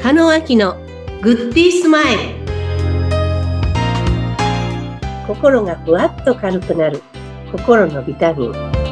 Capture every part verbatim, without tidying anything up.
中野明のグッディースマイル。心がふわっと軽くなる心のビタミン。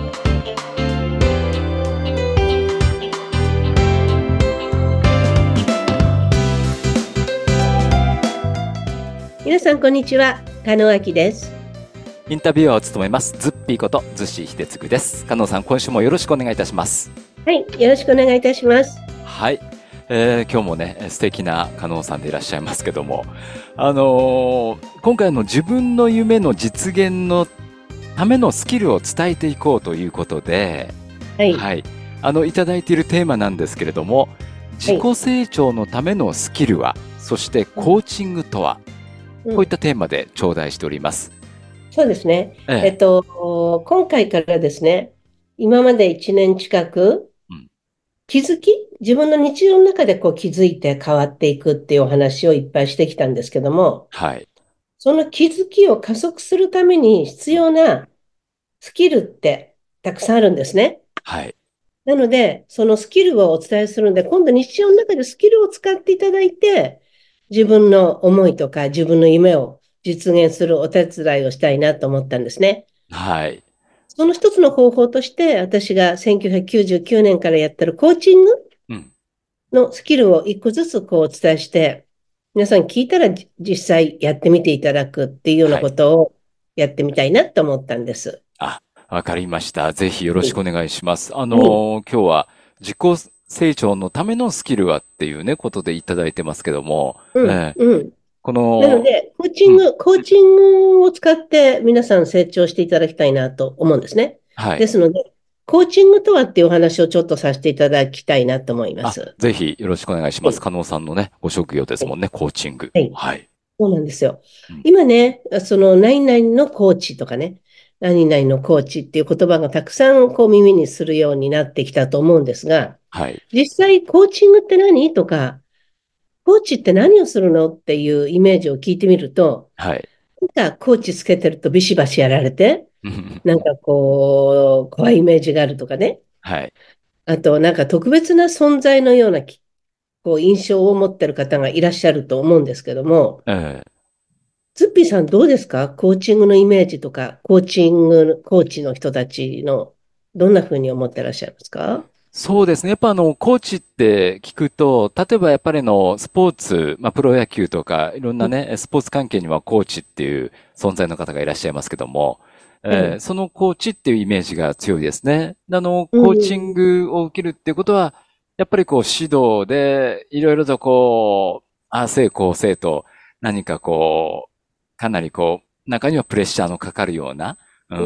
皆さんこんにちは、加納明です。 インタビュアーを務めますズッピーこと逗子秀嗣です。加納さん、今週もよろしくお願いいたします。 はい、よろしくお願いいたします。 はい、えー、今日もね素敵な加納さんでいらっしゃいますけども、あのー、今回の自分の夢の実現のためのスキルを伝えていこうということで、 はい、 はい、あのいただいているテーマなんですけれども、自己成長のためのスキルは、はい、そしてコーチングとは、うん、こういったテーマで頂戴しております。 そうですね、 えええっと、今回からですね、今までいちねん近く、うん、気づき自分の日常の中でこう気づいて変わっていくっていうお話をいっぱいしてきたんですけども、 はい、 その気づきを加速するために必要なスキルってたくさんあるんですね。 はい。 なので、そのスキルをお伝えするので、今度日常の中でスキルを使っていただいて、自分の思いとか自分の夢を実現するお手伝いをしたいなと思ったんですね。 はい。 その一つの方法として、私がせんきゅうひゃくきゅうじゅうきゅうねんからやってるコーチングのスキルを一個ずつこうお伝えして、皆さん聞いたら実際やってみていただくっていうようなことをやってみたいなと思ったんです。 はい、あ、わかりました。ぜひよろしくお願いします。うん、あのー、今日は自己成長のためのスキルはっていうね、ことでいただいてますけども。 うん、 えー、 うん。 この、 なので、コーチング、うん、コーチングを使って皆さん成長していただきたいなと思うんですね。 はい。 ですので、コーチングとはっていうお話をちょっとさせていただきたいなと思います。 ぜひよろしくお願いします。 はい、 加納さんのね、ご職業ですもんね、はい、コーチング。 はい。 はい。 そうなんですよ。 うん、 今ね、その何々のコーチとかね、何々のコーチっていう言葉がたくさんこう耳にするようになってきたと思うんですが、 はい。 実際コーチングって何とか、コーチって何をするのっていうイメージを聞いてみると、 はい。 なんかコーチつけてるとビシバシやられて、なんかこう、怖いイメージがあるとかね。 はい。 あと、なんか特別な存在のようなこう印象を持ってる方がいらっしゃると思うんですけども、 えー、 ズッピーさんどうですか？コーチングのイメージとか、コーチング、コーチの人たちのどんな風に思ってらっしゃいますか？ そうですね。やっぱあの、コーチって聞くと、例えばやっぱりの、スポーツ、まあ、プロ野球とか、いろんなね、スポーツ関係にはコーチっていう存在の方がいらっしゃいますけども、えー、そのコーチっていうイメージが強いですね。あの、コーチングを受けるっていうことは、やっぱりこう、指導で、いろいろとこう、ああせいこうせいと、何かこう、かなりこう、中にはプレッシャーのかかるような、うん、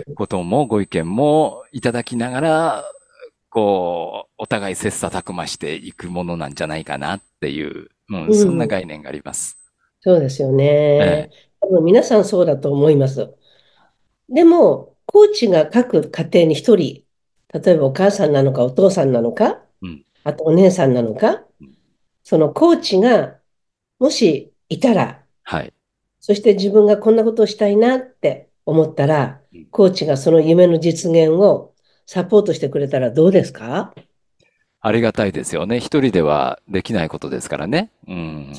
こともご意見もいただきながら、こう、お互い切磋琢磨していくものなんじゃないかなっていう、うん、そんな概念があります。 そうですよえね。 え。 多分皆さんそうだと思います。でも、コーチが各家庭に一人、例えばお母さんなのかお父さんなのか、 うん、 あとお姉さんなのか、 うん、 そのコーチがもしいたら、 はい。 そして自分がこんなことをしたいなって思ったら、 うん、 コーチがその夢の実現をサポートしてくれたらどうですか？ ありがたいですよね。一人ではできないことですからね。うん。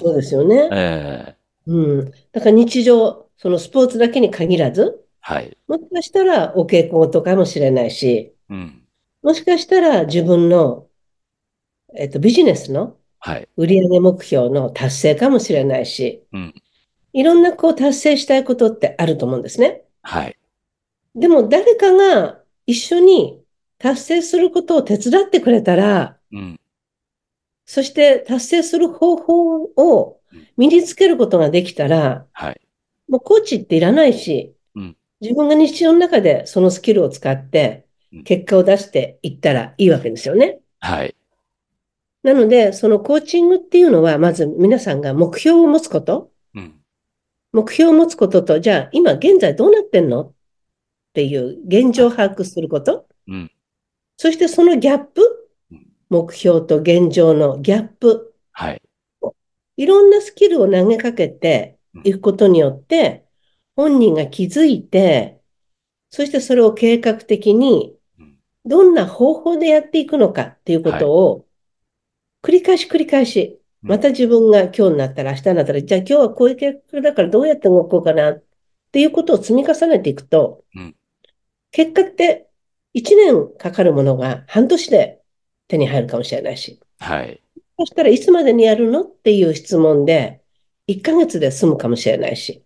そうですよね。 ええ。 うん。だから日常、そのスポーツだけに限らず、 はい。 もしかしたらお稽古とかもしれないし、 うん。 もしかしたら自分の、えっと、ビジネスのはい。 売上目標の達成かもしれないし、 うん。 いろんなこう達成したいことってあると思うんですね。 はい。 でも誰かが一緒に達成することを手伝ってくれたら、 うん。 そして達成する方法をうん。 身につけることができたら、 はい。 もうコーチっていらないし、 うん。 自分が日常の中でそのスキルを使ってうん。 結果を出していったらいいわけですよね。 はい。 なので、そのコーチングっていうのは、まず皆さんが目標を持つこと、 うん。 目標を持つことと、じゃあ今現在どうなってんのっていう現はい。 状を把握すること、 うん。 そしてそのギャップ、 うん。 目標と現状のギャップ、 はい。 いろんなスキルを投げかけてうん。 いくことによって、本人が気づいて、そしてそれを計画的に、 うん。 どんな方法でやっていくのかっていうこはい。 とを、繰り返し繰り返し、 うん。 また自分が今日になったら明日になったら、じゃあ今日はこういう計画だからどうやって動こうかなっていうことを積み重ねていくと、 うん。 結果っていちねんかかるものが半年で手に入るかもしれないし、 はい。 そしたらいつまでにやるのっていう質問で、いっかげつで済むかもしれないし、 うん。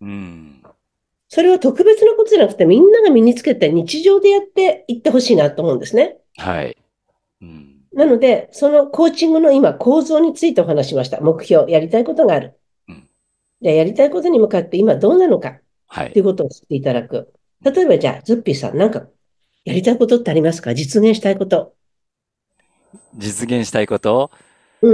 それは特別なことじゃなくて、みんなが身につけて日常でやっていってほしいなと思うんですね。 はい。うん。 なので、そのコーチングの今、構造についてお話ししました。目標、やりたいことがある。 うん。 じゃあ、やりたいことに向かって今どうなのかっはい。 ていうことを知っていただく。 うん。 例えば、じゃあ、ズッピーさん、なんか、やりたいことってありますか？実現したいこと。 実現したいこと、 うん。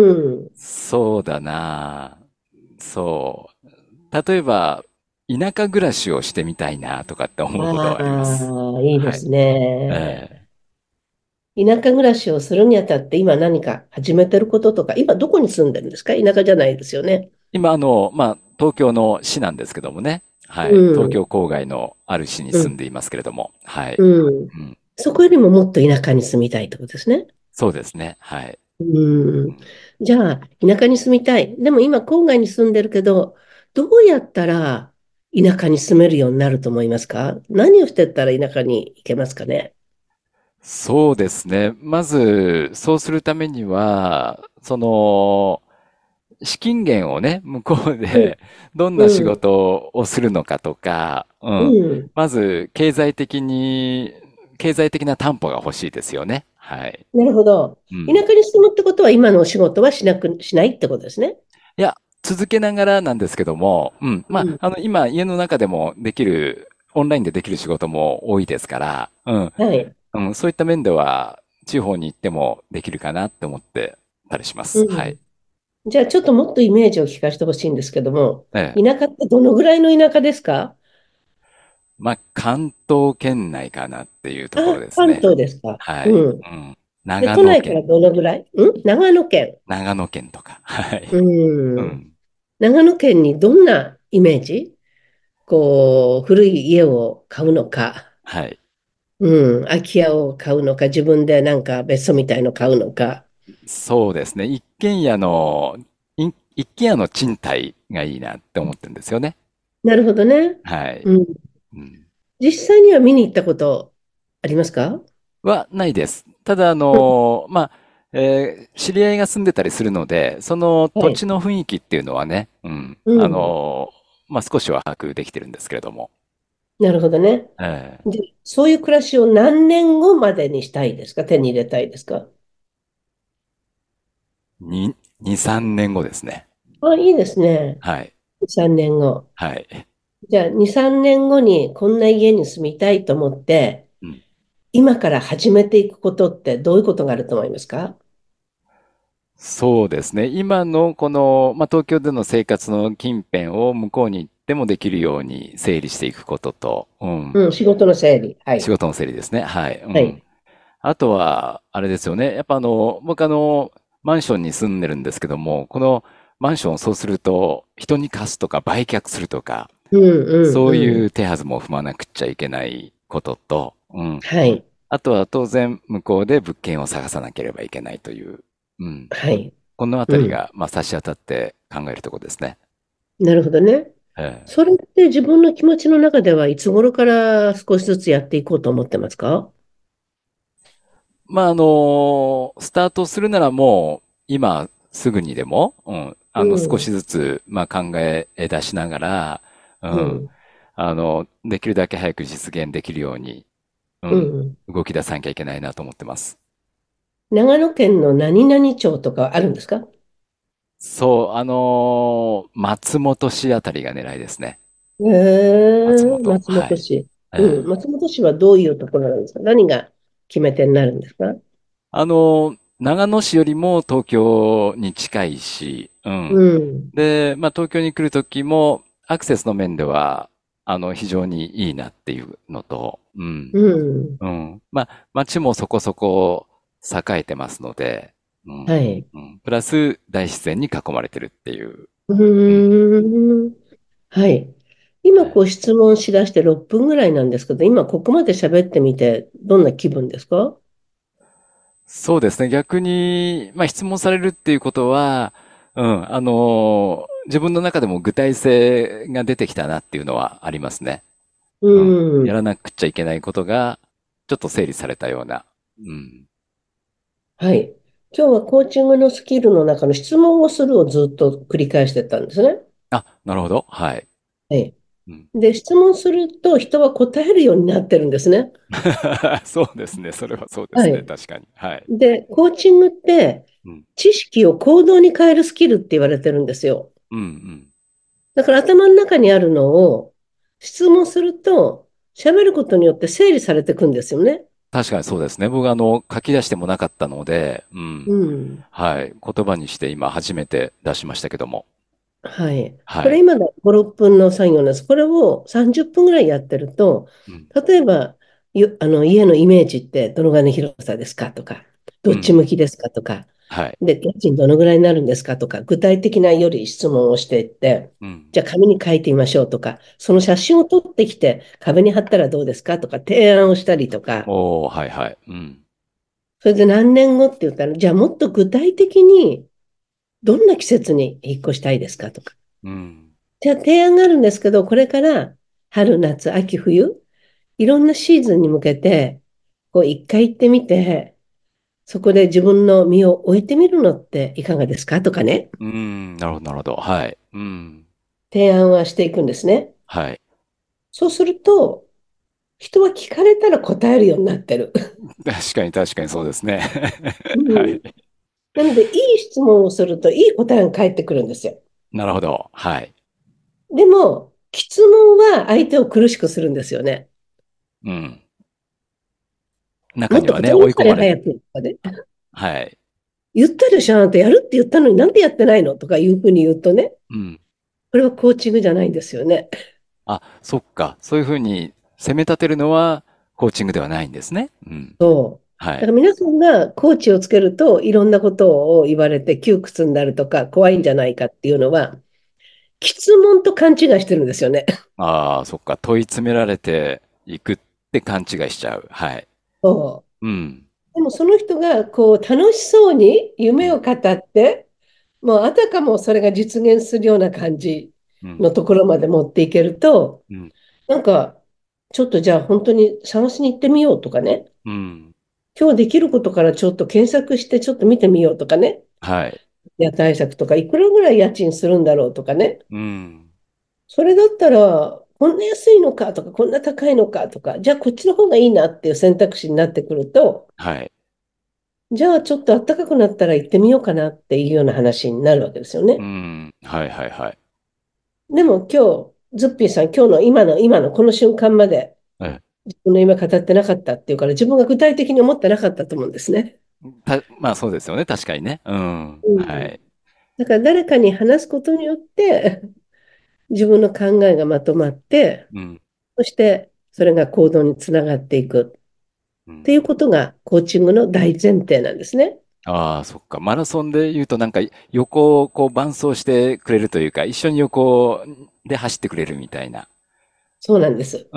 そうだな。そう。例えば、田舎暮らしをしてみたいなとかって思うことあはあります。 あ、いいではい。 すね。 ええ。 田舎暮らしをするにあたって今何か始めてることとか、今どこに住んでるんですか？田舎じゃないですよね。 今、あの、まあ、東京の市なんですけどもね。はうい。東ん、 京郊外のある市にうん、 住んでいますけれども。はい。 うん。 うん。 そこよりももっと田舎に住みたいってことですね。 そうですね。はい。 うん。 うん。 じゃあ、田舎に住みたい。でも今、郊外に住んでるけど、どうやったら田舎に住めるようになると思いますか？何をしてったら田舎に行けますかね？ そうですね。まず、そうするためには、その、資金源をね、向こううん、 でどんな仕うん、 事をするのかとか、ううん。 ん。 まず、経済的に、経済的な担保が欲しいですよね。はい。 なるほど。田うん。 舎に住むってことは今のお仕事はしなく、しないってことですね。 いや、続けながらなんですけども、うん。まうん。 あ、あの、今、家の中でもできる、オンラインでできる仕事も多いですから、うん。 はい。 うん、そういった面では、地方に行ってもできるかなって思ってたりします。はい。 うん。じゃあ、ちょっともっとイメージを聞かせてほしいんですけども、 ええ。 田舎ってどのぐらいの田舎ですか？ まあ、関東圏内かなっていうところあ、関ですね。 東ですか。 はい。 うん。 うん。 で、 長都内から野県、 どのぐらい？ん長野県。 長野県とか。はい。ううん。 ん。 長野県にどんなイメージ？こう、古い家を買うのか、 はい。 うん、空き家を買うのか、自分でなんか別荘みたいの買うのか。 そうですね。一軒家の、い一軒家の賃貸がいいなって思ってるんですよね。 なるほどね。 はい。 うん。 うん。 実際には見に行ったことありますか？ はないです。ただ、あうん。 の、まあ、えー知り合いが住んでたりするので、その土はい。 地の雰囲気っていうのはね、うん、あうん。 の、まあ、少しは把握できてるんですけれども。 なるほどね。 えで、そういう暮らしを何年後までにしたいですか？手に入れたいですか？ ー、に、に、さんねんごですね。 あ、いいですね。 はい。 さんねんご。 はい。 じゃあ、に、さんねんごにこんな家に住みたいと思って、 うん。 今から始めていくことってどういうことがあると思いますか？ そうですね。今のこの、まあ、東京での生活の近辺を向こうに行ってもできるように整理していくことと、うん。 うん、仕事の整理。はい。 仕事の整理ですね。はい。うはい。 ん。あとは、あれですよね。やっぱあの、僕あの、マンションに住んでるんですけども、このマンションをそうすると、人に貸すとか売却するとか、 うん、うん、 そううん。 いう手はずも踏まなくっちゃいけないことと、うん。 はい。 あとは当然向こうで物件を探さなければいけないという、うん。 はい。 このあたうん。 りが、まあ、差し当たって考えるところですね。 なるほどね。 ええ。 それって自分の気持ちの中ではいつ頃から少しずつやっていこうと思ってますか？ まあ、あの、スタートするならもう、今すぐにでも、うん、あうの、少しん。 ずつ、まあ、考え出しながら、うん、 うん。 あの、できるだけ早く実現できるように、うん、 うん。 動き出さなきゃいけないなと思ってます。 長野県の何々町とかあるんですか？ そう、あの、松本市あたりが狙いですね。 ええ、 松本。 松はい。 本市。うん。 ええ。 松本市はどういうところなんですか？何が決め手になるんですか？ あの、長野市よりも東京に近いし、ううん。 ん。 で、まあ、東京に来るときも、アクセスの面では、あの、非常にいいなっていうのと、うん。 うん。 うん。まあ、街もそこそこ栄えてますので、うん。 はい。 うん。プラス、大自然に囲まれてるっていう。 ううん。 ーん。はい。今、 はい。 こう質問しだしてろっぷんぐらいなんですけど、今ここまで喋ってみて、どんな気分ですか？ 。 そうですね。逆に、まあ、質問されるっていうことは、 うん、あのー自分の中でも具体性が出てきたなっていうのはありますね。 ううん。やん。 らなくちゃいけないことが、ちょっと整理されたような。うん。 はい。今日はコーチングのスキルの中の質問をするをずっと繰り返してたんですね。 あ、なるほど。はい。 はい。 うん。 で、質問すると人は答えるようになってるんですね。 そうですね。それはそうですね。 はい。 確かに。はい。 で、コーチングってうん。 知識を行動に変えるスキルって言われてるんですよ。 うん、うん。 だから頭の中にあるのを質問すると喋ることによって整理されていくんですよね。 確かにそうですね。僕あの、書き出してもなかったので、ううん。 ん。 はい。言葉にして今初めて出しましたけども。 はい。こはい。 れ今だご、ろっぷんの作業なんです。これをさんじゅっぷんぐらいやってると、 うん。 例えば、ゆあの家のイメージってどのぐらいの広さですかとか、どっちうん。 向きですかとか、 はい。 で、家賃どのぐらいになるんですかとか、具体的なより質問をしていって、 うん。 じゃあ紙に書いてみましょうとか、そうん。 の写真を撮ってきて壁に貼ったらどうですかとか提案をしたりとか、 おー、はいはい。うん。 それで何年後って言ったら、じゃあもっと具体的にどんな季節に引っ越したいですかとか。 うん。 じゃあ提案があるんですけど、これから春、夏、秋、冬、いろんなシーズンに向けて、こう一回行ってみて、そこで自分の身を置いてみるのっていかがですかとかね、 うん。なるほど、なるほど。はい。うん。 提案はしていくんですね。 はい。 そうすると、人は聞かれたら答えるようになってる。 確かに確かにそうですね。 うはい。 ん。なので、いい質問をすると、いい答えが返ってくるんですよ。 なるほど。はい。 でも、質問は相手を苦しくするんですよね。 うん。中にはね、 もっと答えな追い込まれ、 さい早くとかね。 はい。 言ったでしょ、あなたやるって言ったのになんでやってないのとかいうふうに言うとね、 うん。 これはコーチングじゃないんですよね。 あ、そっか。そういうふうに攻め立てるのはコーチングではないんですね。うん。 そう。 はい。 だから皆さんがコーチをつけるといろんなことを言われて窮屈になるとか怖いんじゃないかっていうのは、質問と勘違いしてるんですよね。 ああ、そっか。問い詰められていくって勘違いしちゃう。はい。 そう。 うん。 でもその人がこう楽しそうにうん。 夢を語って、もうあたかもそれが実現するような感じうん。 のところまで持っていけると、 うん。 なんかちょっとじゃあ本当に探しに行ってみようとかね、 うん。 今日できることからちょっと検索してちょっと見てみようとかね、 はい。 屋台策とかいくらぐらい家賃するんだろうとかね、 うん。 それだったらこんな安いのかとかこんな高いのかとか、じゃあこっちの方がいいなっていう選択肢になってくると、 はい。 じゃあちょっと暖かくなったら行ってみようかなっていうような話になるわけですようね。 ん。はいはいはい。 でも今日、ズッピーさん、今日の今の今のこの瞬間までえ自分の夢語ってなかったっていうから、自分が具体的に思ってなかったと思うんですね。 た、まあそうですよね。確かにね。うん。 うん。 はい。 だから誰かに話すことによって、自分の考えがまとまって、 うん。 そしてそれが行動につながっていくうん。 っていうことがコーチングの大前提なんですね。 ああ、そっか。マラソンで言うとなんか横をこう伴走してくれるというか、一緒に横で走ってくれるみたいな。 そうなんです。 うん。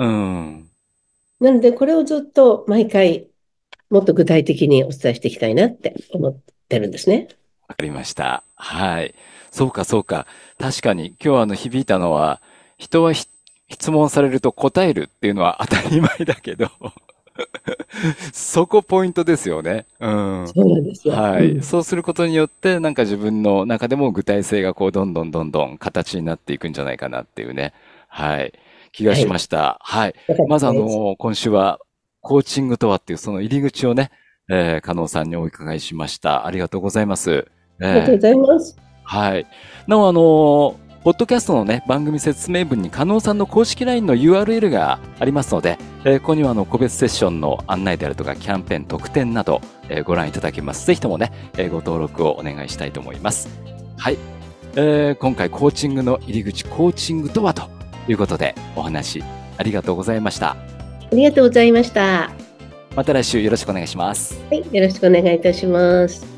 なので、これをずっと毎回もっと具体的にお伝えしていきたいなって思ってるんですね。 わかりました。はい。そうか、そうか。確かに今日あの響いたのは、人はひ質問されると答えるっていうのは当たり前だけど、そこポイントですよね。うん。 そうなんですよ。 はい。 うん。 そうすることによって、なんか自分の中でも具体性がこう、どんどんどんどん形になっていくんじゃないかなっていうね。はい。気がしまはい。 した。はい。 よかっまずあたです。 の、今週は、コーチングとはっていうその入り口をね、えー、加納さんにお伺いしました。ありがとうございます。えーありがとうございます。 はい。なお、あの、ポッドキャストのね、番組説明文に加納さんの公式 ライン の ユーアールエル がありますので、えーここにはあの個別セッションの案内であるとか、キャンペーン特典など、えーご覧いただけます。ぜひともね、えーご登録をお願いしたいと思います。はい。えー今回、コーチングの入り口、コーチングとはということで、お話ありがとうございました。 ありがとうございました。はまた来週よろしくお願いします。 い。よろしくお願いいたします。